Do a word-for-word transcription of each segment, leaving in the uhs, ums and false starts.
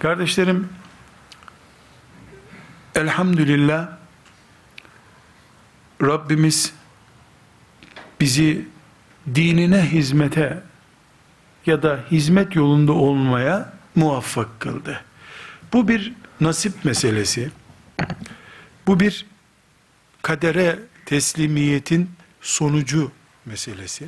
Kardeşlerim, elhamdülillah Rabbimiz bizi dinine hizmete ya da hizmet yolunda olmaya muvaffak kıldı. Bu bir nasip meselesi. Bu bir kadere teslimiyetin sonucu meselesi.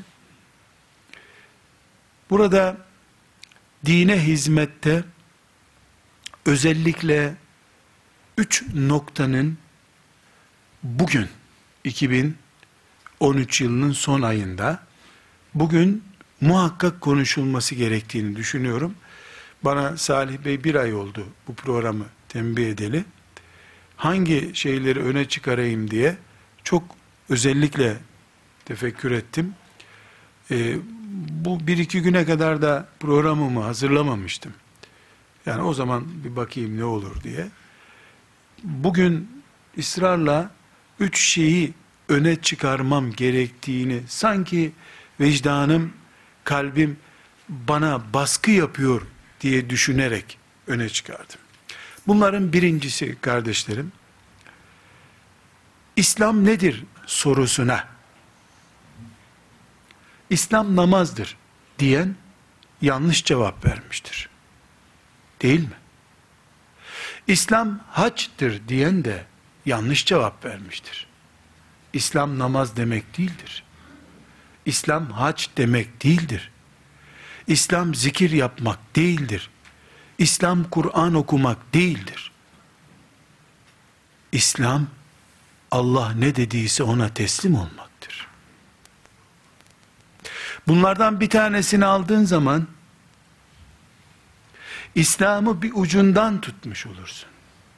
Burada dine hizmette özellikle üç noktanın bugün iki bin on üç yılının son ayında bugün muhakkak konuşulması gerektiğini düşünüyorum. Bana Salih Bey bir ay oldu bu programı tembih edeli. Hangi şeyleri öne çıkarayım diye çok özellikle tefekkür ettim. Ee, bu bir iki güne kadar da programımı hazırlamamıştım. Yani o zaman bir bakayım ne olur diye. Bugün ısrarla üç şeyi öne çıkarmam gerektiğini sanki vicdanım, kalbim bana baskı yapıyor diye düşünerek öne çıkardım. Bunların birincisi kardeşlerim, İslam nedir sorusuna, İslam namazdır diyen yanlış cevap vermiştir. Değil mi? İslam haçtır diyen de yanlış cevap vermiştir. İslam namaz demek değildir. İslam hac demek değildir. İslam zikir yapmak değildir. İslam Kur'an okumak değildir. İslam Allah ne dediyse ona teslim olmaktır. Bunlardan bir tanesini aldığın zaman İslam'ı bir ucundan tutmuş olursun.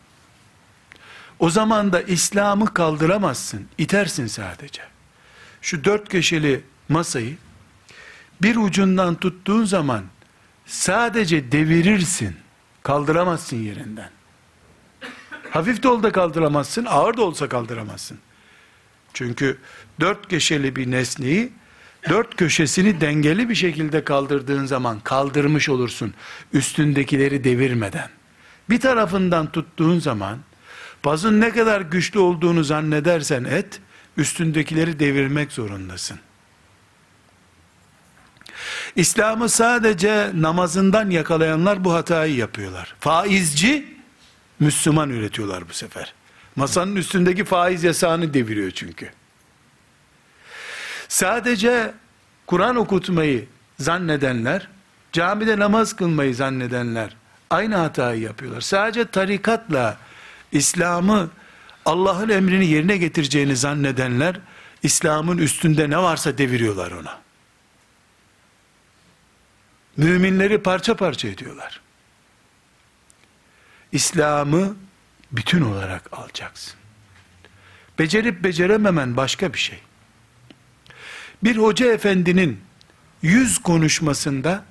O zaman da İslam'ı kaldıramazsın, itersin sadece. Şu dört köşeli masayı bir ucundan tuttuğun zaman sadece devirirsin, kaldıramazsın yerinden. Hafif de olsa kaldıramazsın, ağır da olsa kaldıramazsın. Çünkü dört köşeli bir nesneyi, dört köşesini dengeli bir şekilde kaldırdığın zaman kaldırmış olursun, üstündekileri devirmeden. Bir tarafından tuttuğun zaman, pazın ne kadar güçlü olduğunu zannedersen et, üstündekileri devirmek zorundasın. İslam'ı sadece namazından yakalayanlar bu hatayı yapıyorlar. Faizci, Müslüman üretiyorlar bu sefer. Masanın üstündeki faiz yasağını deviriyor çünkü. Sadece Kur'an okutmayı zannedenler, camide namaz kılmayı zannedenler aynı hatayı yapıyorlar. Sadece tarikatla İslam'ı, Allah'ın emrini yerine getireceğini zannedenler, İslam'ın üstünde ne varsa deviriyorlar ona. Müminleri parça parça ediyorlar. İslam'ı bütün olarak alacaksın. Becerip becerememen başka bir şey. Bir hoca efendinin yüz konuşmasında,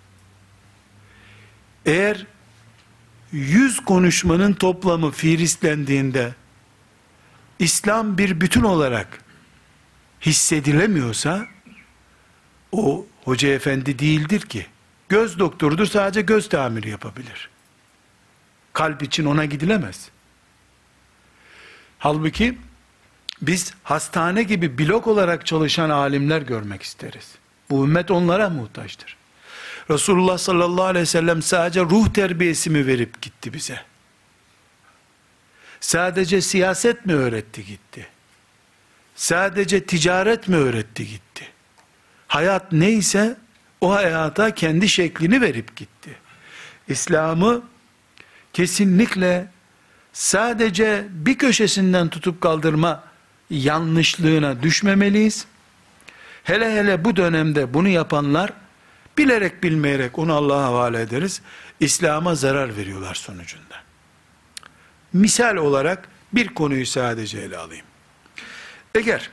eğer yüz konuşmanın toplamı fiilistlendiğinde İslam bir bütün olarak hissedilemiyorsa o hoca efendi değildir ki. Göz doktorudur, sadece göz tamiri yapabilir. Kalp için ona gidilemez. Halbuki biz hastane gibi blok olarak çalışan alimler görmek isteriz. Bu ümmet onlara muhtaçtır. Resulullah sallallahu aleyhi ve sellem sadece ruh terbiyesi mi verip gitti bize? Sadece siyaset mi öğretti gitti? Sadece ticaret mi öğretti gitti? Hayat neyse o hayata kendi şeklini verip gitti. İslam'ı kesinlikle sadece bir köşesinden tutup kaldırma yanlışlığına düşmemeliyiz. Hele hele bu dönemde bunu yapanlar, bilerek bilmeyerek onu Allah'a havale ederiz, İslam'a zarar veriyorlar sonucunda. Misal olarak bir konuyu sadece ele alayım. Eğer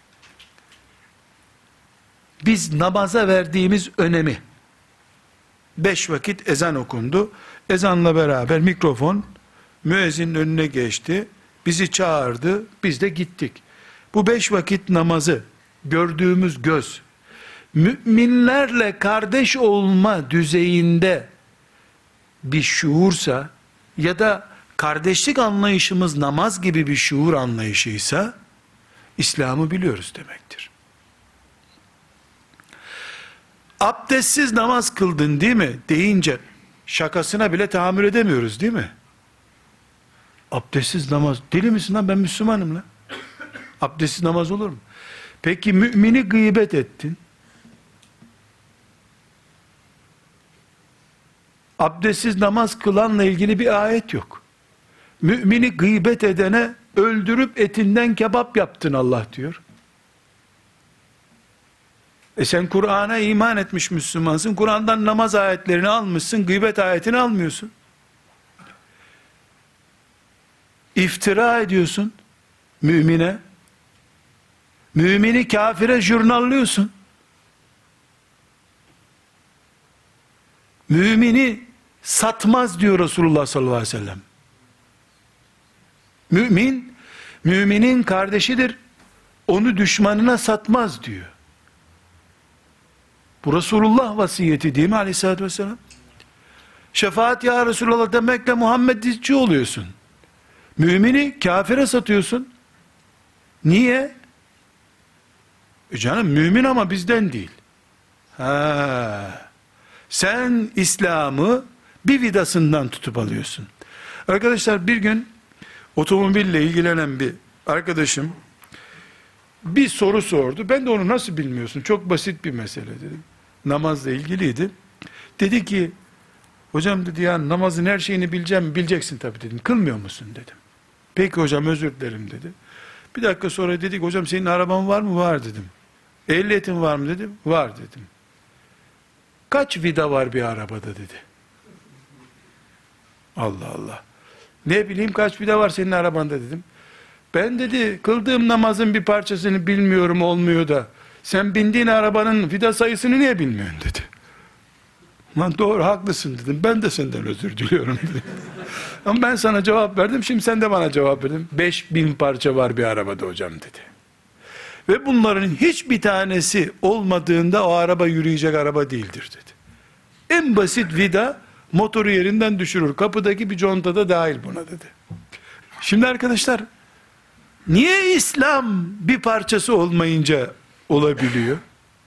biz namaza verdiğimiz önemi, beş vakit ezan okundu, ezanla beraber mikrofon müezzinin önüne geçti, bizi çağırdı, biz de gittik. Bu beş vakit namazı gördüğümüz göz, müminlerle kardeş olma düzeyinde bir şuursa ya da kardeşlik anlayışımız namaz gibi bir şuur anlayışıysa İslam'ı biliyoruz demektir. Abdestsiz namaz kıldın değil mi deyince şakasına bile tahammül edemiyoruz değil mi? Abdestsiz namaz, deli misin lan, ben Müslümanım lan. Abdestsiz namaz olur mu? Peki mümini gıybet ettin. Abdestsiz namaz kılanla ilgili bir ayet yok. Mümini gıybet edene öldürüp etinden kebap yaptın Allah diyor. E sen Kur'an'a iman etmiş Müslümansın. Kur'an'dan namaz ayetlerini almışsın. Gıybet ayetini almıyorsun. İftira ediyorsun mümine. Mümini kafire jurnallıyorsun. Mümini satmaz diyor Resulullah sallallahu aleyhi ve sellem. Mümin, müminin kardeşidir. Onu düşmanına satmaz diyor. Bu Resulullah vasiyeti değil mi aleyhissalatü vesselam? Şefaat ya Resulullah demekle Muhammedci oluyorsun. Mümini kafire satıyorsun. Niye? E canım mümin ama bizden değil. Ha. Sen İslam'ı bir vidasından tutup alıyorsun. Arkadaşlar bir gün otomobille ilgilenen bir arkadaşım bir soru sordu. Ben de onu nasıl bilmiyorsun? Çok basit bir mesele dedim. Namazla ilgiliydi. Dedi ki hocam dedi ya namazın her şeyini bileceğim, bileceksin tabii dedim. Kılmıyor musun dedim. Peki hocam özür dilerim dedi. Bir dakika sonra dedik hocam senin araban var mı? Var dedim. Ehliyetin var mı dedim. Var dedim. Kaç vida var bir arabada dedi. Allah Allah. Ne bileyim kaç vida var senin arabanda dedim. Ben dedi kıldığım namazın bir parçasını bilmiyorum olmuyor da sen bindiğin arabanın vida sayısını niye bilmiyorsun dedi. Lan doğru haklısın dedim. Ben de senden özür diliyorum dedim. Ama ben sana cevap verdim. Şimdi sen de bana cevap verdin. Beş bin parça var bir arabada hocam dedi. Ve bunların hiçbir tanesi olmadığında o araba yürüyecek araba değildir dedi. En basit vida motoru yerinden düşürür. Kapıdaki bir conta da dahil buna dedi. Şimdi arkadaşlar niye İslam bir parçası olmayınca olabiliyor?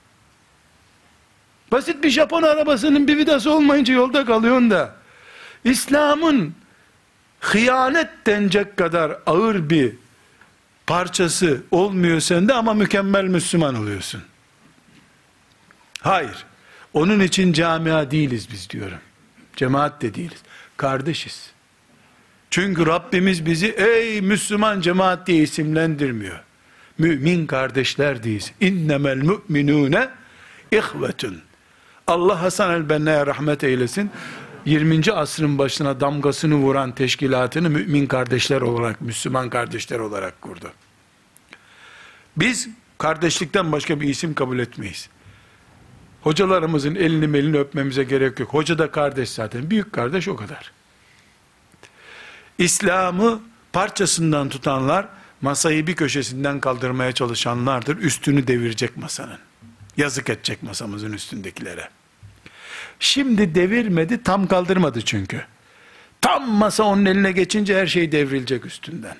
Basit bir Japon arabasının bir vidası olmayınca yolda kalıyorsun da İslam'ın hıyanet denecek kadar ağır bir parçası olmuyor sende ama mükemmel Müslüman oluyorsun. Hayır. Onun için camia değiliz biz diyorum. Cemaat de değiliz. Kardeşiz. Çünkü Rabbimiz bizi ey Müslüman cemaat diye isimlendirmiyor. Mümin kardeşler deyiz. İnnemel müminune ihvetun. Allah Hasan el-Benna'ya rahmet eylesin. yirminci asrın başına damgasını vuran teşkilatını mümin kardeşler olarak, Müslüman kardeşler olarak kurdu. Biz kardeşlikten başka bir isim kabul etmeyiz. Hocalarımızın elini melini öpmemize gerek yok. Hoca da kardeş zaten. Büyük kardeş o kadar. İslam'ı parçasından tutanlar, masayı bir köşesinden kaldırmaya çalışanlardır. Üstünü devirecek masanın. Yazık edecek masamızın üstündekilere. Şimdi devirmedi, tam kaldırmadı çünkü. Tam masa onun eline geçince her şey devrilecek üstünden.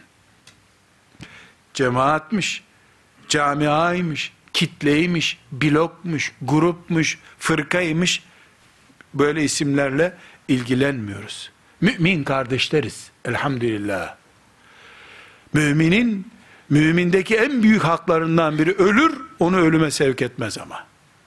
Cemaatmiş, camiaymış, kitleymiş, blokmuş, grupmuş, fırkaymış, böyle isimlerle ilgilenmiyoruz. Mümin kardeşleriz elhamdülillah. Müminin, mümindeki en büyük haklarından biri ölür, onu ölüme sevk etmez ama.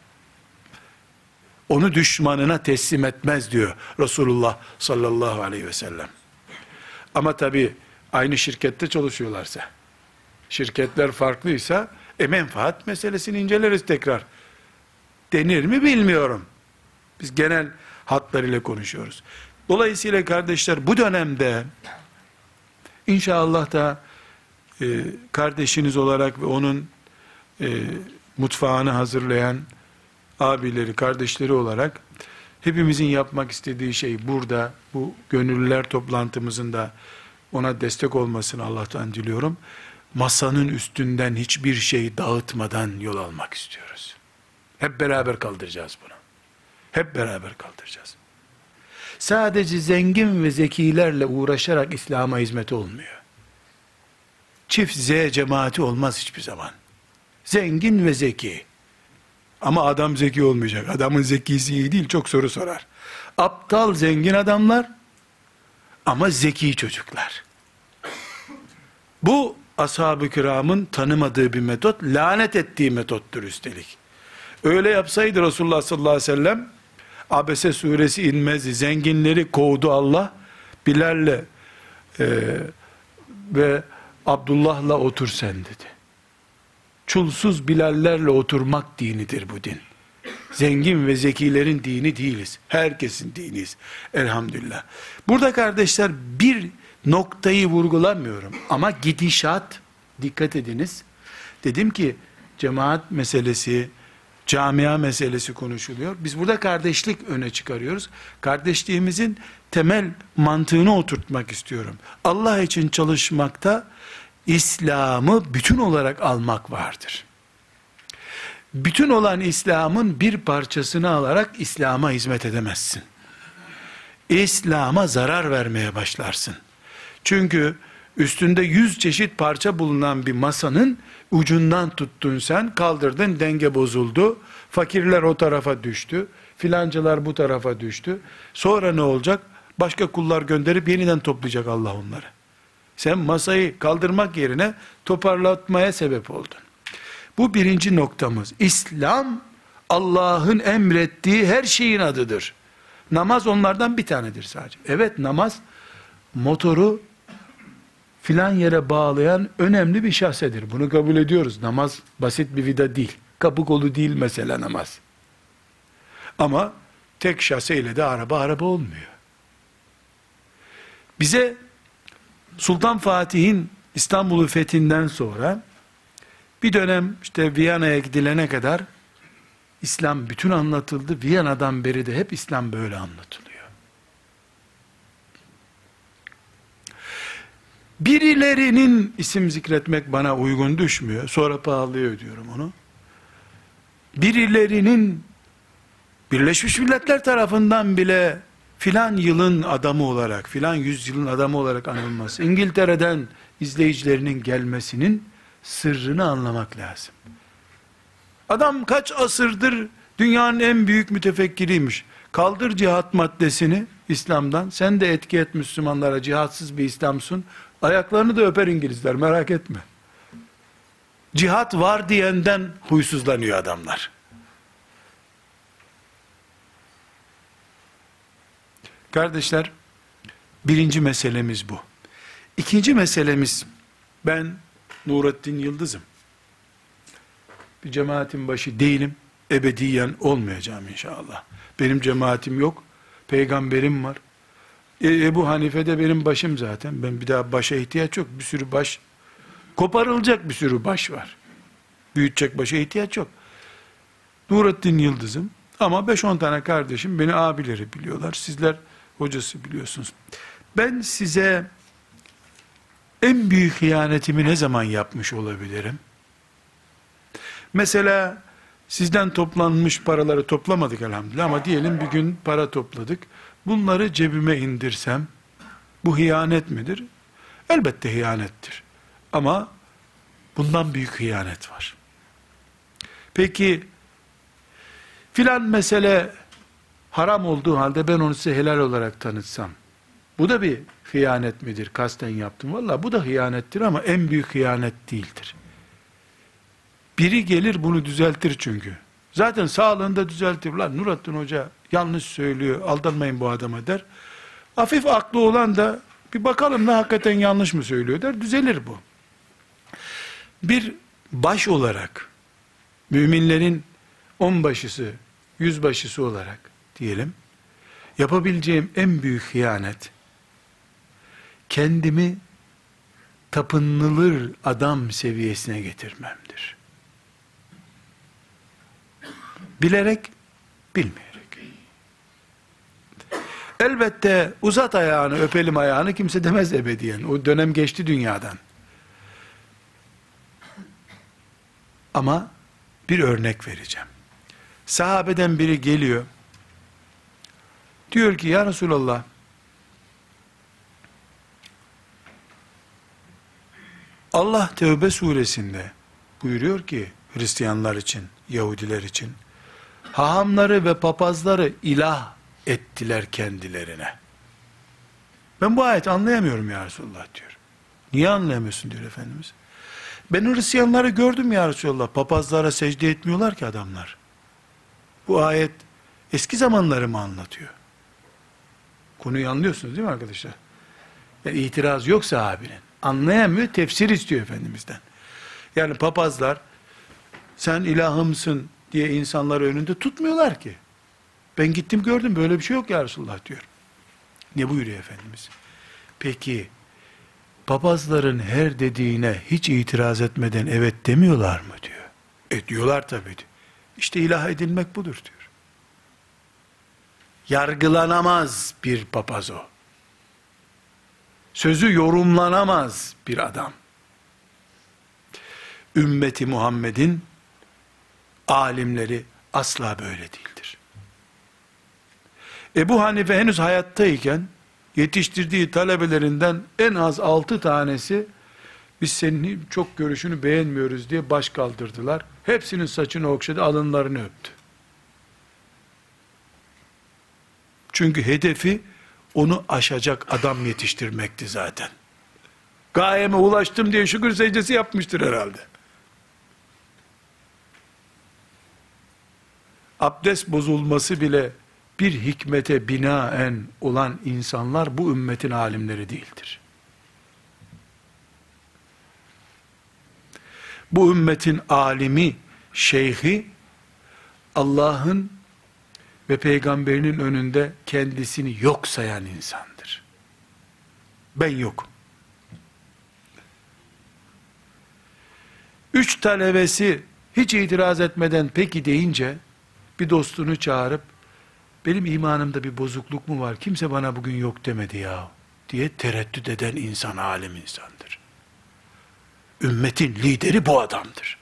Onu düşmanına teslim etmez diyor Resulullah sallallahu aleyhi ve sellem. Ama tabi aynı şirkette çalışıyorlarsa, şirketler farklıysa, e menfaat meselesini inceleriz tekrar. Denir mi bilmiyorum. Biz genel hatlarıyla konuşuyoruz. Dolayısıyla kardeşler bu dönemde inşallah da e, kardeşiniz olarak ve onun e, mutfağını hazırlayan abileri, kardeşleri olarak hepimizin yapmak istediği şey burada, bu gönüllüler toplantımızın da ona destek olmasını Allah'tan diliyorum. Masanın üstünden hiçbir şey dağıtmadan yol almak istiyoruz. Hep beraber kaldıracağız bunu. Hep beraber kaldıracağız. Sadece zengin ve zekilerle uğraşarak İslam'a hizmet olmuyor. Çift Z cemaati olmaz hiçbir zaman. Zengin ve zeki. Ama adam zeki olmayacak. Adamın zekisi iyi değil, çok soru sorar. Aptal zengin adamlar ama zeki çocuklar. Bu ashab-ı kiramın tanımadığı bir metot, lanet ettiği metottur üstelik. Öyle yapsaydı Resulullah sallallahu aleyhi ve sellem Abese suresi inmezdi. Zenginleri kovdu Allah. Bilal'le e, ve Abdullah'la otur sen dedi. Çulsuz Bilallerle oturmak dinidir bu din. Zengin ve zekilerin dini değiliz. Herkesin diniyiz. Elhamdülillah. Burada kardeşler bir noktayı vurgulamıyorum. Ama gidişat, dikkat ediniz. Dedim ki cemaat meselesi, camia meselesi konuşuluyor. Biz burada kardeşlik öne çıkarıyoruz. Kardeşliğimizin temel mantığını oturtmak istiyorum. Allah için çalışmakta İslam'ı bütün olarak almak vardır. Bütün olan İslam'ın bir parçasını alarak İslam'a hizmet edemezsin. İslam'a zarar vermeye başlarsın. Çünkü üstünde yüz çeşit parça bulunan bir masanın ucundan tuttun sen, kaldırdın, denge bozuldu. Fakirler o tarafa düştü. Filancılar bu tarafa düştü. Sonra ne olacak? Başka kullar gönderip yeniden toplayacak Allah onları. Sen masayı kaldırmak yerine toparlatmaya sebep oldun. Bu birinci noktamız. İslam, Allah'ın emrettiği her şeyin adıdır. Namaz onlardan bir tanedir sadece. Evet, namaz, motoru filan yere bağlayan önemli bir şahsedir. Bunu kabul ediyoruz. Namaz basit bir vida değil. Kapı kolu değil mesela namaz. Ama tek şaseyle de araba araba olmuyor. Bize Sultan Fatih'in İstanbul'u fethinden sonra bir dönem işte Viyana'ya gidilene kadar İslam bütün anlatıldı. Viyana'dan beri de hep İslam böyle anlatılıyor. Birilerinin isim zikretmek bana uygun düşmüyor. Sonra pahalıya ödüyorum onu. Birilerinin Birleşmiş Milletler tarafından bile filan yılın adamı olarak, filan yüzyılın adamı olarak anılması, İngiltere'den izleyicilerinin gelmesinin sırrını anlamak lazım. Adam kaç asırdır dünyanın en büyük mütefekkiriymiş. Kaldır cihat maddesini İslam'dan. Sen de etki et Müslümanlara, cihatsız bir İslam'sın. Ayaklarını da öper İngilizler, merak etme. Cihat var diyenden huysuzlanıyor adamlar. Kardeşler, birinci meselemiz bu. İkinci meselemiz, ben Nurettin Yıldız'ım. Bir cemaatin başı değilim. Ebediyen olmayacağım inşallah. Benim cemaatim yok. Peygamberim var. E, Ebu Hanife de benim başım zaten. Ben bir daha başa ihtiyaç yok. Bir sürü baş, koparılacak bir sürü baş var. Büyütecek başa ihtiyaç yok. Nurettin Yıldız'ım. Ama beş on tane kardeşim beni abileri biliyorlar. Sizler hocası biliyorsunuz. Ben size en büyük hıyanetimi ne zaman yapmış olabilirim? Mesela sizden toplanmış paraları toplamadık elhamdülillah ama diyelim bir gün para topladık. Bunları cebime indirsem bu hıyanet midir? Elbette hıyanettir. Ama bundan büyük hıyanet var. Peki filan mesele haram olduğu halde ben onu size helal olarak tanıtsam, bu da bir hıyanet midir? Kasten yaptım. Vallahi bu da hıyanettir ama en büyük hıyanet değildir. Biri gelir bunu düzeltir çünkü. Zaten sağlığında düzeltir. Lan Nurattin Hoca yanlış söylüyor, aldanmayın bu adama der. Hafif aklı olan da bir bakalım ne hakikaten yanlış mı söylüyor der, düzelir bu. Bir baş olarak, müminlerin onbaşısı, yüzbaşısı olarak diyelim, yapabileceğim en büyük hıyanet, kendimi tapınılır adam seviyesine getirmemdir. Bilerek, bilmeyerek. Elbette uzat ayağını, öpelim ayağını kimse demez ebediyen. O dönem geçti dünyadan. Ama bir örnek vereceğim. Sahabeden biri geliyor. Diyor ki ya Resulallah, Allah Tevbe suresinde buyuruyor ki Hristiyanlar için, Yahudiler için, hahamları ve papazları ilah ettiler kendilerine. Ben bu ayeti anlayamıyorum ya Resulallah diyor. Niye anlayamıyorsun diyor Efendimiz. Ben Hristiyanları gördüm ya Resulallah. Papazlara secde etmiyorlar ki adamlar. Bu ayet eski zamanları mı anlatıyor? Konuyu anlıyorsunuz değil mi arkadaşlar? Yani itiraz yok sahabinin. Anlayamıyor, tefsir istiyor Efendimiz'den. Yani papazlar sen ilahımsın diye insanları önünde tutmuyorlar ki. Ben gittim gördüm, böyle bir şey yok ya Resulullah diyor. Ne buyuruyor Efendimiz? Peki papazların her dediğine hiç itiraz etmeden evet demiyorlar mı diyor. E diyorlar tabii diyor. İşte ilah edilmek budur diyor. Yargılanamaz bir papaz o. Sözü yorumlanamaz bir adam. Ümmeti Muhammed'in alimleri asla böyle değildir. Ebu Hanife henüz hayattayken yetiştirdiği talebelerinden en az altı tanesi biz senin çok görüşünü beğenmiyoruz diye baş kaldırdılar. Hepsinin saçını okşadı, alınlarını öptü. Çünkü hedefi onu aşacak adam yetiştirmekti zaten. Gayeme ulaştım diye şükür secdesi yapmıştır herhalde. Abdest bozulması bile bir hikmete binaen olan insanlar bu ümmetin alimleri değildir. Bu ümmetin alimi, şeyhi, Allah'ın ve peygamberinin önünde kendisini yok sayan insandır. Ben yokum. Üç talebesi hiç itiraz etmeden peki deyince bir dostunu çağırıp benim imanımda bir bozukluk mu var? Kimse bana bugün yok demedi ya diye tereddüt eden insan alim insandır. Ümmetin lideri bu adamdır.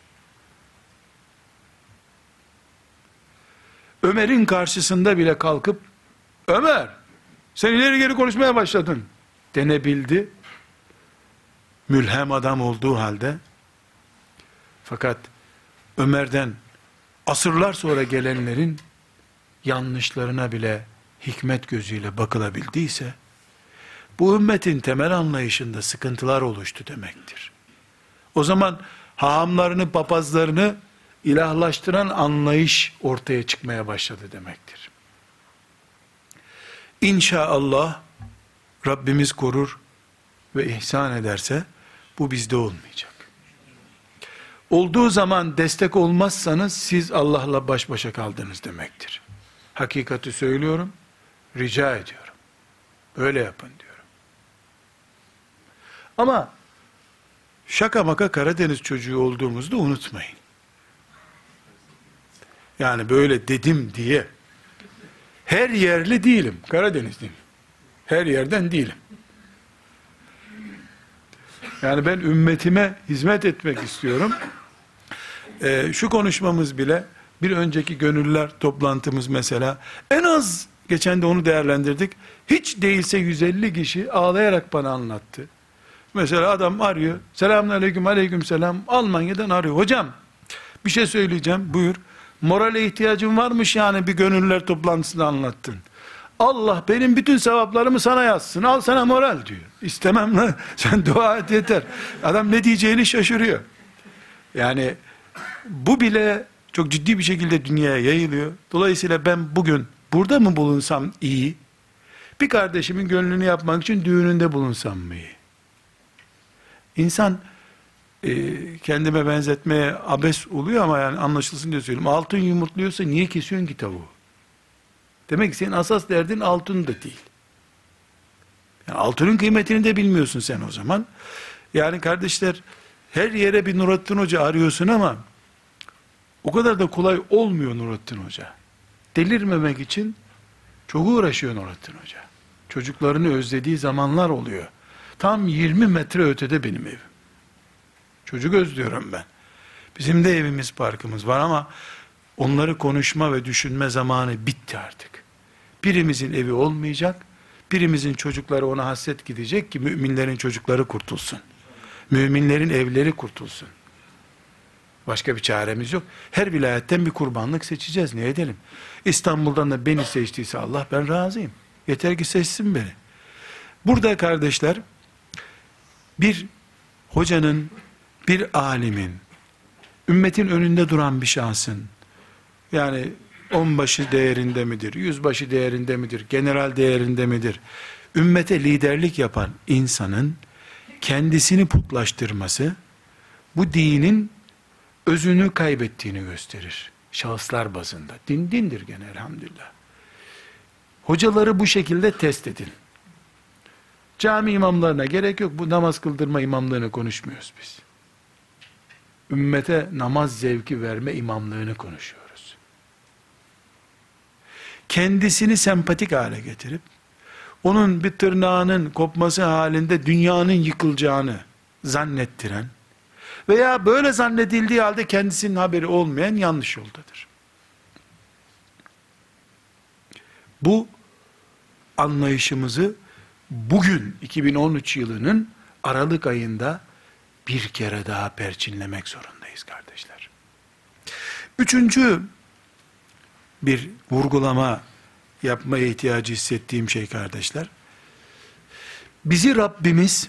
Ömer'in karşısında bile kalkıp Ömer sen ileri geri konuşmaya başladın denebildi. Mülhem adam olduğu halde. Fakat Ömer'den asırlar sonra gelenlerin yanlışlarına bile hikmet gözüyle bakılabildiyse bu ümmetin temel anlayışında sıkıntılar oluştu demektir. O zaman hahamlarını, papazlarını ilahlaştıran anlayış ortaya çıkmaya başladı demektir. İnşallah Rabbimiz korur ve ihsan ederse bu bizde olmayacak. Olduğu zaman destek olmazsanız siz Allah'la baş başa kaldınız demektir. Hakikati söylüyorum, rica ediyorum. Böyle yapın diyorum. Ama şaka maka Karadeniz çocuğu olduğumuzu da unutmayın. Yani böyle dedim diye her yerli değilim, Karadenizliyim. Her yerden değilim. Yani ben ümmetime hizmet etmek istiyorum. Ee, şu konuşmamız bile, bir önceki gönüllüler toplantımız mesela, en az geçen de onu değerlendirdik. Hiç değilse yüz elli kişi ağlayarak bana anlattı. Mesela adam arıyor. Selamünaleyküm, aleykümselam. Almanya'dan arıyor. Hocam bir şey söyleyeceğim. Buyur. Morale ihtiyacım varmış yani bir gönüllüler toplantısında anlattın. Allah benim bütün sevaplarımı sana yazsın. Al sana moral diyor. İstemem lan. Sen dua et yeter. Adam ne diyeceğini şaşırıyor. Yani bu bile çok ciddi bir şekilde dünyaya yayılıyor. Dolayısıyla ben bugün burada mı bulunsam iyi? Bir kardeşimin gönlünü yapmak için düğününde bulunsam mı iyi? İnsan e, kendime benzetmeye abes oluyor ama yani anlaşılsın diye söyleyeyim. Altın yumurtluyorsa niye kesiyorsun ki tavuğu? Demek ki senin asas derdin altın da değil. Yani altının kıymetini de bilmiyorsun sen o zaman. Yani kardeşler, her yere bir Nurattin Hoca arıyorsun ama o kadar da kolay olmuyor Nurattin Hoca. Delirmemek için çok uğraşıyor Nurattin Hoca. Çocuklarını özlediği zamanlar oluyor. Tam yirmi metre ötede benim evim. Çocuk özlüyorum ben. Bizim de evimiz, parkımız var ama onları konuşma ve düşünme zamanı bitti artık. Birimizin evi olmayacak, birimizin çocukları ona hasret gidecek ki müminlerin çocukları kurtulsun. Müminlerin evleri kurtulsun. Başka bir çaremiz yok. Her vilayetten bir kurbanlık seçeceğiz. Ne edelim? İstanbul'dan da beni seçtiyse Allah, ben razıyım. Yeter ki seçsin beni. Burada kardeşler, bir hocanın, bir alimin, ümmetin önünde duran bir şahsın, yani onbaşı değerinde midir, yüzbaşı değerinde midir, general değerinde midir, ümmete liderlik yapan insanın kendisini putlaştırması, bu dinin özünü kaybettiğini gösterir. Şahıslar bazında. Din dindir gene elhamdülillah. Hocaları bu şekilde test edin. Cami imamlarına gerek yok. Bu namaz kıldırma imamlığını konuşmuyoruz biz. Ümmete namaz zevki verme imamlığını konuşuyoruz. Kendisini sempatik hale getirip, onun bir tırnağının kopması halinde dünyanın yıkılacağını zannettiren veya böyle zannedildiği halde kendisinin haberi olmayan yanlış yoldadır. Bu anlayışımızı bugün iki bin on üç yılının Aralık ayında bir kere daha perçinlemek zorundayız kardeşler. Üçüncü bir vurgulama yapmaya ihtiyacı hissettiğim şey kardeşler, bizi Rabbimiz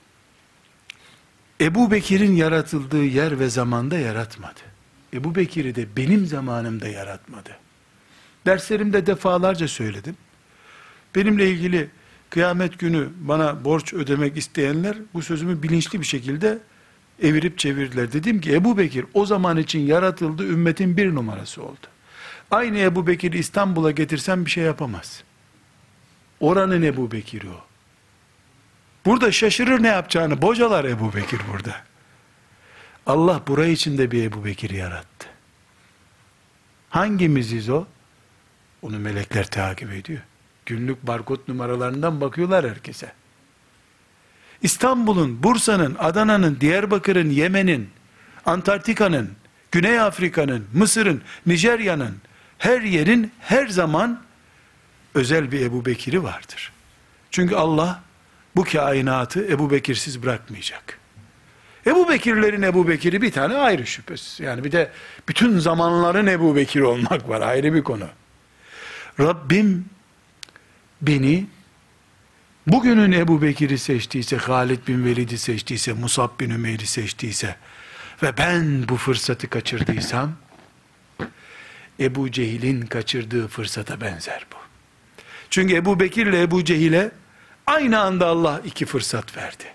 Ebu Bekir'in yaratıldığı yer ve zamanda yaratmadı. Ebu Bekir'i de benim zamanımda yaratmadı. Derslerimde defalarca söyledim. Benimle ilgili kıyamet günü bana borç ödemek isteyenler bu sözümü bilinçli bir şekilde evirip çevirdiler. Dedim ki Ebu Bekir o zaman için yaratıldı, ümmetin bir numarası oldu. Aynı Ebu Bekir'i İstanbul'a getirsem bir şey yapamaz. Oranın Ebu Bekir'i o. Burada şaşırır ne yapacağını, bocalar Ebu Bekir burada. Allah burayı için de bir Ebu Bekir yarattı. Hangimiziz o? Onu melekler takip ediyor. Günlük barkod numaralarından bakıyorlar herkese. İstanbul'un, Bursa'nın, Adana'nın, Diyarbakır'ın, Yemen'in, Antarktika'nın, Güney Afrika'nın, Mısır'ın, Nijerya'nın, her yerin her zaman özel bir Ebu Bekir'i vardır. Çünkü Allah bu kainatı Ebu Bekir'siz bırakmayacak. Ebu Bekirlerin Ebu Bekir'i bir tane ayrı şüphesiz. Yani bir de bütün zamanların Ebu Bekir'i olmak var, ayrı bir konu. Rabbim beni bugünün Ebu Bekir'i seçtiyse, Halid bin Velid'i seçtiyse, Musab bin Ümeyr'i seçtiyse ve ben bu fırsatı kaçırdıysam, Ebu Cehil'in kaçırdığı fırsata benzer bu. Çünkü Ebu Bekir ile Ebu Cehil'e aynı anda Allah iki fırsat verdi.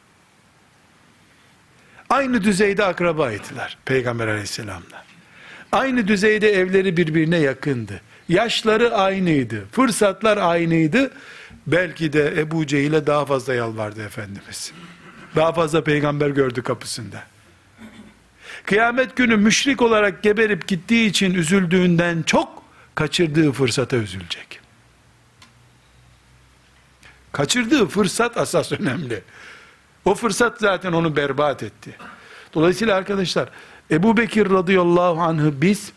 Aynı düzeyde akrabaydılar Peygamber aleyhisselamla. Aynı düzeyde evleri birbirine yakındı. Yaşları aynıydı. Fırsatlar aynıydı. Belki de Ebu Cehil'e daha fazla yalvardı Efendimiz. Daha fazla peygamber gördü kapısında. Kıyamet günü müşrik olarak geberip gittiği için üzüldüğünden çok kaçırdığı fırsata üzülecek. Kaçırdığı fırsat asas önemli. O fırsat zaten onu berbat etti. Dolayısıyla arkadaşlar, Ebu Bekir radıyallahu anh'ı biz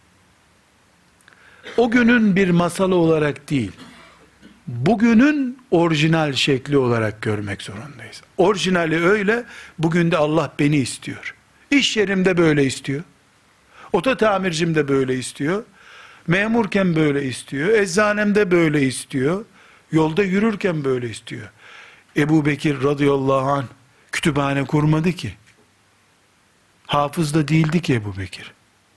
o günün bir masalı olarak değil, bugünün orijinal şekli olarak görmek zorundayız. Orijinali öyle, bugün de Allah beni istiyor. İş yerimde böyle istiyor. Oto tamircim de böyle istiyor. Memurken böyle istiyor. Eczanemde böyle istiyor. Yolda yürürken böyle istiyor. Ebu Bekir radıyallahu anh kütüphane kurmadı ki. Hafız da değildi ki Ebu Bekir.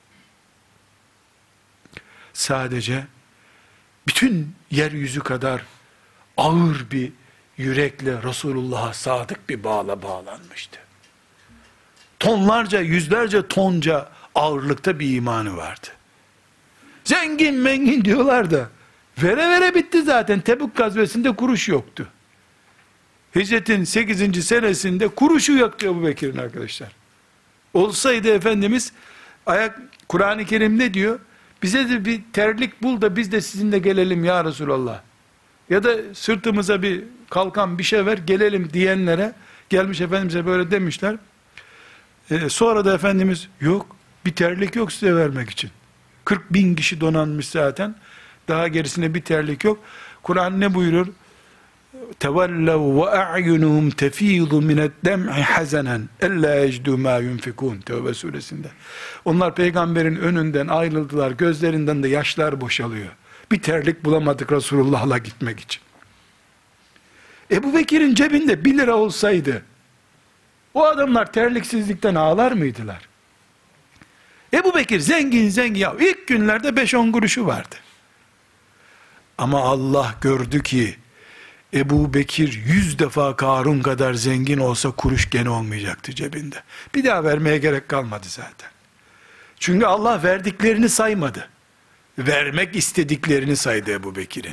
Sadece bütün yeryüzü kadar ağır bir yürekle Resulullah'a sadık bir bağla bağlanmıştı. Tonlarca, yüzlerce tonca ağırlıkta bir imanı vardı. Zengin mengin diyorlar da vere vere bitti zaten. Tebük gazvesinde kuruş yoktu. Hicretin sekizinci senesinde kuruşu yoktu Ebu Bekir'in arkadaşlar. Olsaydı Efendimiz ayak Kur'an-ı Kerim ne diyor? Bize de bir terlik bul da biz de sizinle gelelim ya Resulallah. Ya da sırtımıza bir kalkan bir şey ver gelelim diyenlere gelmiş Efendimiz'e böyle demişler. Ee, sonra da Efendimiz yok bir terlik yok size vermek için. kırk bin kişi donanmış zaten. Daha gerisine bir terlik yok. Kur'an ne buyurur? Tevellev ve a'yunuhum tefidu mined-dem'i hazanen ella yecdu ma yunfikun. Tevbe suresinde. Onlar peygamberin önünden ayrıldılar. Gözlerinden de yaşlar boşalıyor. Bir terlik bulamadık Resulullah'la gitmek için. Ebu Bekir'in cebinde bir lira olsaydı o adamlar terliksizlikten ağlar mıydılar? Ebu Bekir zengin zengin, ya ilk günlerde beş on kuruşu vardı. Ama Allah gördü ki Ebu Bekir yüz defa Karun kadar zengin olsa kuruş gene olmayacaktı cebinde. Bir daha vermeye gerek kalmadı zaten. Çünkü Allah verdiklerini saymadı. Vermek istediklerini saydı Ebu Bekir'in.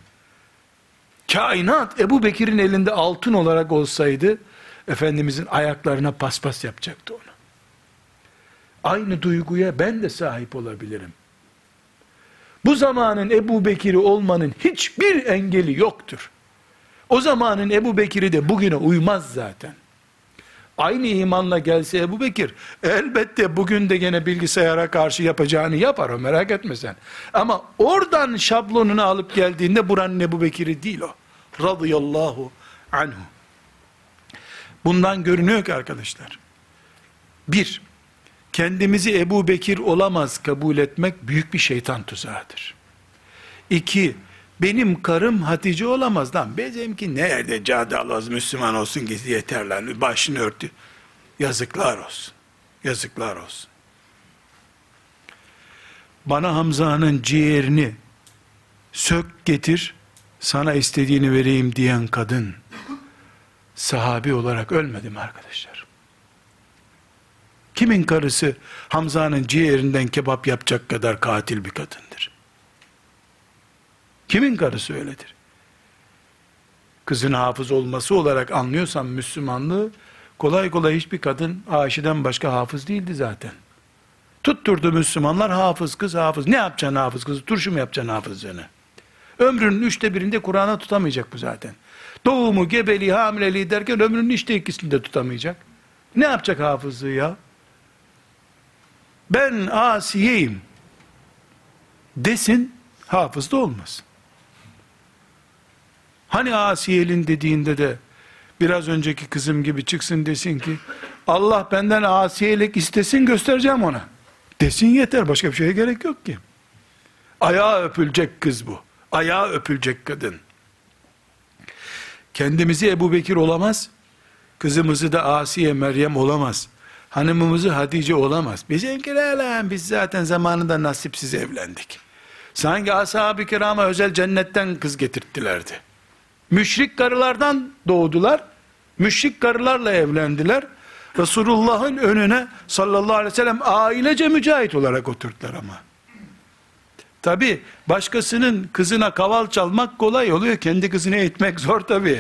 Kainat Ebu Bekir'in elinde altın olarak olsaydı Efendimizin ayaklarına paspas yapacaktı onu. Aynı duyguya ben de sahip olabilirim. Bu zamanın Ebu Bekir'i olmanın hiçbir engeli yoktur. O zamanın Ebu Bekir'i de bugüne uymaz zaten. Aynı imanla gelse Ebu Bekir, elbette bugün de gene bilgisayara karşı yapacağını yapar, o merak etme sen. Ama oradan şablonunu alıp geldiğinde buranın Ebu Bekir'i değil o. Radıyallahu anhu. Bundan görünüyor ki arkadaşlar, bir, kendimizi Ebu Bekir olamaz kabul etmek büyük bir şeytan tuzağıdır. İki, benim karım Hatice olamaz lan. Bizimki nerede cadalaz Müslüman olsun ki yeterler. Başını örtü. Yazıklar olsun. Yazıklar olsun. Bana Hamza'nın ciğerini sök getir, sana istediğini vereyim diyen kadın sahabi olarak ölmedi mi arkadaşlar? Kimin karısı Hamza'nın ciğerinden kebap yapacak kadar katil bir kadındır? Kimin karısı öyledir? Kızın hafız olması olarak anlıyorsan Müslümanlığı, kolay kolay hiçbir kadın Ayşe'den başka hafız değildi zaten. Tutturdu Müslümanlar, hafız kız hafız. Ne yapacaksın hafız kızı? Turşu mu yapacaksın hafızlığını? Ömrünün üçte birinde Kur'an'a tutamayacak bu zaten. Doğumu, gebeliği, hamileliği derken ömrünün işte ikisini de tutamayacak. Ne yapacak hafızlığı ya? Ben Asiye'yim desin, hafız da olmaz. Hani Asiye'lin dediğinde de biraz önceki kızım gibi çıksın desin ki Allah benden asiyelik istesin, göstereceğim ona desin, yeter, başka bir şeye gerek yok ki. Ayağı öpülecek kız bu, ayağı öpülecek kadın. Kendimizi Ebu Bekir olamaz, kızımızı da Asiye Meryem olamaz, hanımımızı Hatice olamaz. Bizimkiler, biz zaten zamanında nasipsiz evlendik. Sanki ashab-ı kirama özel cennetten kız getirttilerdi. Müşrik karılardan doğdular, müşrik karılarla evlendiler. Resulullah'ın önüne sallallahu aleyhi ve sellem ailece mücahit olarak oturttular ama. Tabi başkasının kızına kaval çalmak kolay oluyor, kendi kızını eğitmek zor tabi.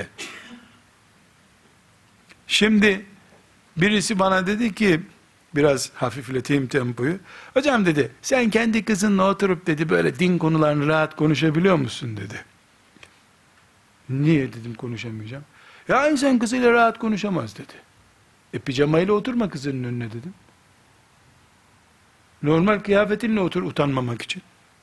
Şimdi birisi bana dedi ki, biraz hafifleteyim tempoyu. Hocam dedi, sen kendi kızınla oturup dedi böyle din konularını rahat konuşabiliyor musun dedi. Niye dedim konuşamayacağım. Ya insan kızıyla rahat konuşamaz dedi. E pijamayla oturma kızının önüne dedim. Normal kıyafetinle otur utanmamak için.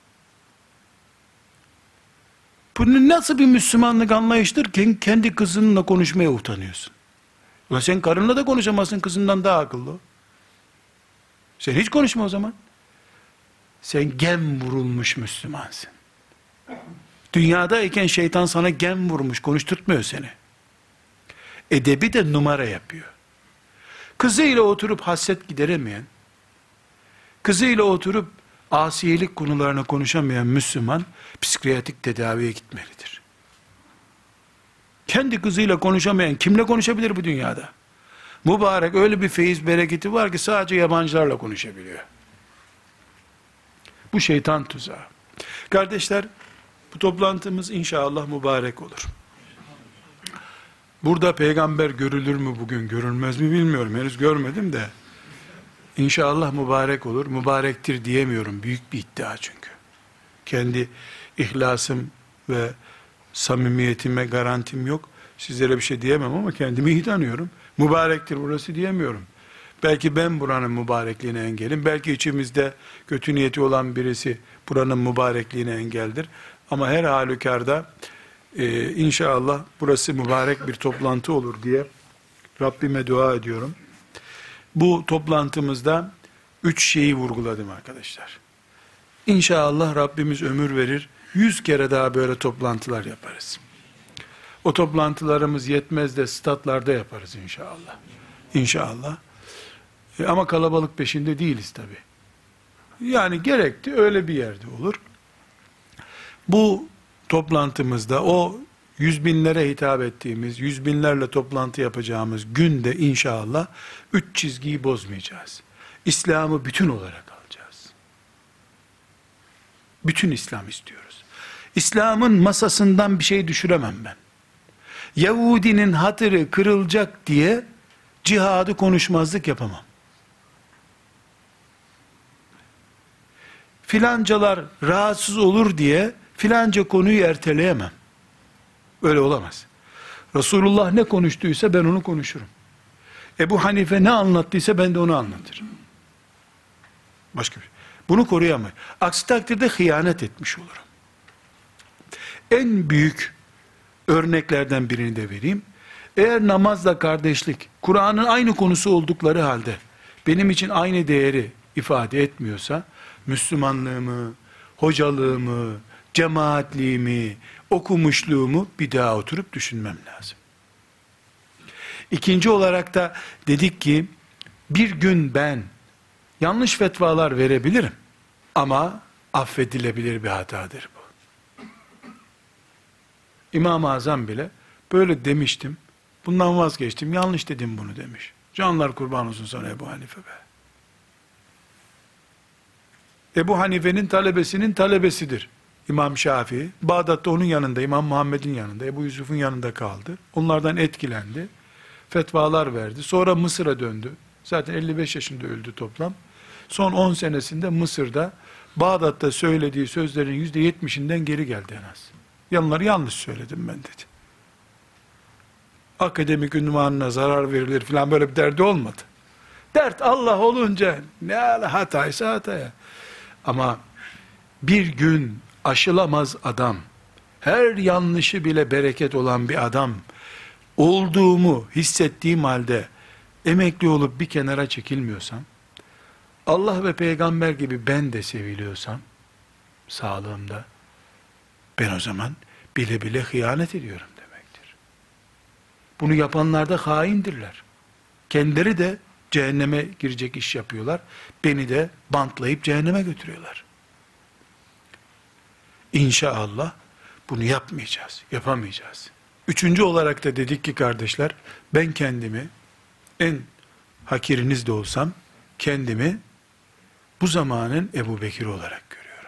Bu nasıl bir Müslümanlık anlayıştır ki kendi kızınla konuşmaya utanıyorsun. Ulan sen karınla da konuşamazsın, kızından daha akıllı o. Sen hiç konuşma o zaman. Sen gem vurulmuş Müslümansın. Dünyadayken şeytan sana gem vurmuş, konuşturtmuyor seni. Edebi de numara yapıyor. Kızıyla oturup hasret gideremeyen, kızıyla oturup asiyelik konularına konuşamayan Müslüman, psikiyatrik tedaviye gitmelidir. Kendi kızıyla konuşamayan kimle konuşabilir bu dünyada? Mübarek öyle bir feyiz bereketi var ki sadece yabancılarla konuşabiliyor. Bu şeytan tuzağı. Kardeşler, bu toplantımız inşallah mübarek olur. Burada peygamber görülür mü bugün, görülmez mi bilmiyorum. Henüz görmedim de. İnşallah mübarek olur. Mübarektir diyemiyorum. Büyük bir iddia çünkü. Kendi ihlasım ve samimiyetime garantim yok. Sizlere bir şey diyemem ama kendimi iyi tanıyorum. Mübarektir burası diyemiyorum. Belki ben buranın mübarekliğine engelim. Belki içimizde kötü niyeti olan birisi buranın mübarekliğine engeldir. Ama her halükarda e, inşallah burası mübarek bir toplantı olur diye Rabbime dua ediyorum. Bu toplantımızda üç şeyi vurguladım arkadaşlar. İnşallah Rabbimiz ömür verir. Yüz kere daha böyle toplantılar yaparız. O toplantılarımız yetmez de statlarda yaparız inşallah. İnşallah. E ama kalabalık peşinde değiliz tabi. Yani gerekti öyle bir yerde olur. Bu toplantımızda o yüz binlere hitap ettiğimiz, yüz binlerle toplantı yapacağımız günde inşallah üç çizgiyi bozmayacağız. İslam'ı bütün olarak alacağız. Bütün İslam istiyoruz. İslam'ın masasından bir şey düşüremem ben. Yahudinin hatırı kırılacak diye cihadı konuşmazlık yapamam. Filancalar rahatsız olur diye filanca konuyu erteleyemem. Öyle olamaz. Resulullah ne konuştuysa ben onu konuşurum. Ebu Hanife ne anlattıysa ben de onu anlatırım. Başka bir şey. Bunu koruyamayız. Aksi takdirde hıyanet etmiş olurum. En büyük örneklerden birini de vereyim. Eğer namazla kardeşlik, Kur'an'ın aynı konusu oldukları halde benim için aynı değeri ifade etmiyorsa, Müslümanlığımı, hocalığımı, cemaatliğimi, okumuşluğumu bir daha oturup düşünmem lazım. İkinci olarak da dedik ki, bir gün ben yanlış fetvalar verebilirim ama affedilebilir bir hatadır bu. İmam-ı Azam bile böyle demiştim, bundan vazgeçtim, yanlış dedim bunu demiş. Canlar kurban olsun sana Ebu Hanife be. Ebu Hanife'nin talebesinin talebesidir İmam Şafii. Bağdat'ta onun yanında, İmam Muhammed'in yanında, Ebu Yusuf'un yanında kaldı. Onlardan etkilendi. Fetvalar verdi. Sonra Mısır'a döndü. Zaten elli beş yaşında öldü toplam. Son on senesinde Mısır'da, Bağdat'ta söylediği sözlerin yüzde yetmişinden geri geldi en az. Yanları yanlış söyledim ben dedi. Akademik ünvanına zarar verilir falan böyle bir derdi olmadı. Dert Allah olunca ne hataysa hataya. Ama bir gün aşılamaz adam, her yanlışı bile bereket olan bir adam olduğumu hissettiğim halde emekli olup bir kenara çekilmiyorsam, Allah ve peygamber gibi ben de seviliyorsam sağlığımda, ben o zaman bile bile hıyanet ediyorum demektir. Bunu yapanlar da haindirler. Kendileri de cehenneme girecek iş yapıyorlar. Beni de bantlayıp cehenneme götürüyorlar. İnşallah bunu yapmayacağız, yapamayacağız. Üçüncü olarak da dedik ki kardeşler, ben kendimi en hakiriniz de olsam, kendimi bu zamanın Ebu Bekir olarak görüyorum.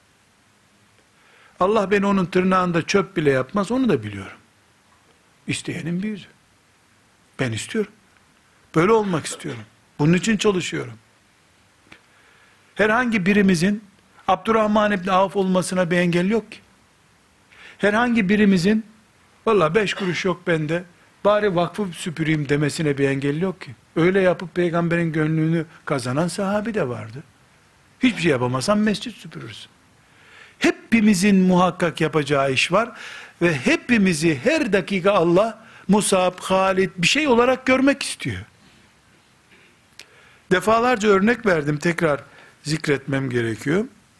Allah beni onun tırnağında çöp bile yapmaz, onu da biliyorum. İsteyenin bir yüzü. Ben istiyorum. Böyle olmak istiyorum. Bunun için çalışıyorum. Herhangi birimizin Abdurrahman İbni Avf olmasına bir engel yok ki. Herhangi birimizin vallahi beş kuruş yok bende, bari vakfı süpüreyim demesine bir engel yok ki. Öyle yapıp peygamberin gönlünü kazanan sahabi de vardı. Hiçbir şey yapamazsan mescit süpürürsün. Hepimizin muhakkak yapacağı iş var ve hepimizi her dakika Allah Musab, Halid bir şey olarak görmek istiyor. Defalarca örnek verdim, tekrar zikretmem gerekiyor.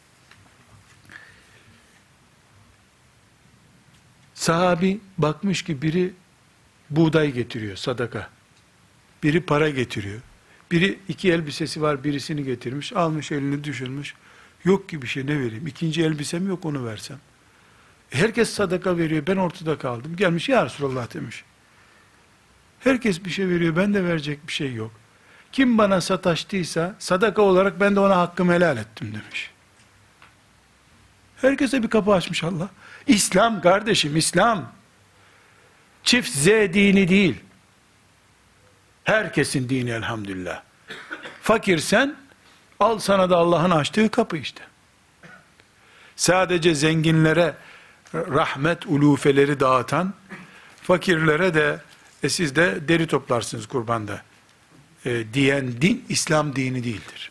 Sahabi bakmış ki biri buğday getiriyor sadaka. Biri para getiriyor. Biri iki elbisesi var, birisini getirmiş, almış elini düşürmüş. Yok ki bir şey, ne vereyim? İkinci elbisem yok, onu versem. Herkes sadaka veriyor, ben ortada kaldım. Gelmiş, ya Resulallah demiş. Herkes bir şey veriyor, ben de verecek bir şey yok. Kim bana sataştıysa sadaka olarak ben de ona hakkımı helal ettim demiş. Herkese bir kapı açmış Allah. İslam kardeşim, İslam. Çift Z dini değil. Herkesin dini elhamdülillah. Fakirsen al sana da Allah'ın açtığı kapı işte. Sadece zenginlere rahmet ulufeleri dağıtan, fakirlere de e siz de deri toplarsınız kurbanda e, diyen din, İslam dini değildir.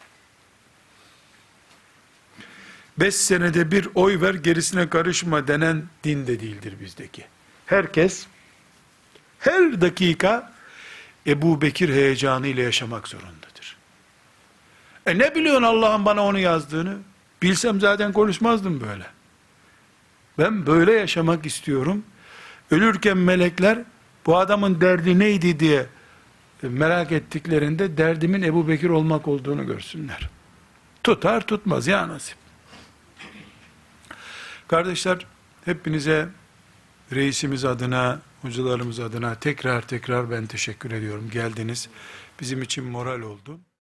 Beş senede bir oy ver, gerisine karışma denen din de değildir bizdeki. Herkes, her dakika Ebu Bekir heyecanıyla yaşamak zorundadır. E ne biliyorsun Allah'ın bana onu yazdığını? Bilsem zaten konuşmazdım böyle. Ben böyle yaşamak istiyorum. Ölürken melekler bu adamın derdi neydi diye merak ettiklerinde derdimin Ebu Bekir olmak olduğunu görsünler. Tutar tutmaz ya nasip. Kardeşler, hepinize reisimiz adına, hocalarımız adına tekrar tekrar ben teşekkür ediyorum. Geldiniz. Bizim için moral oldu.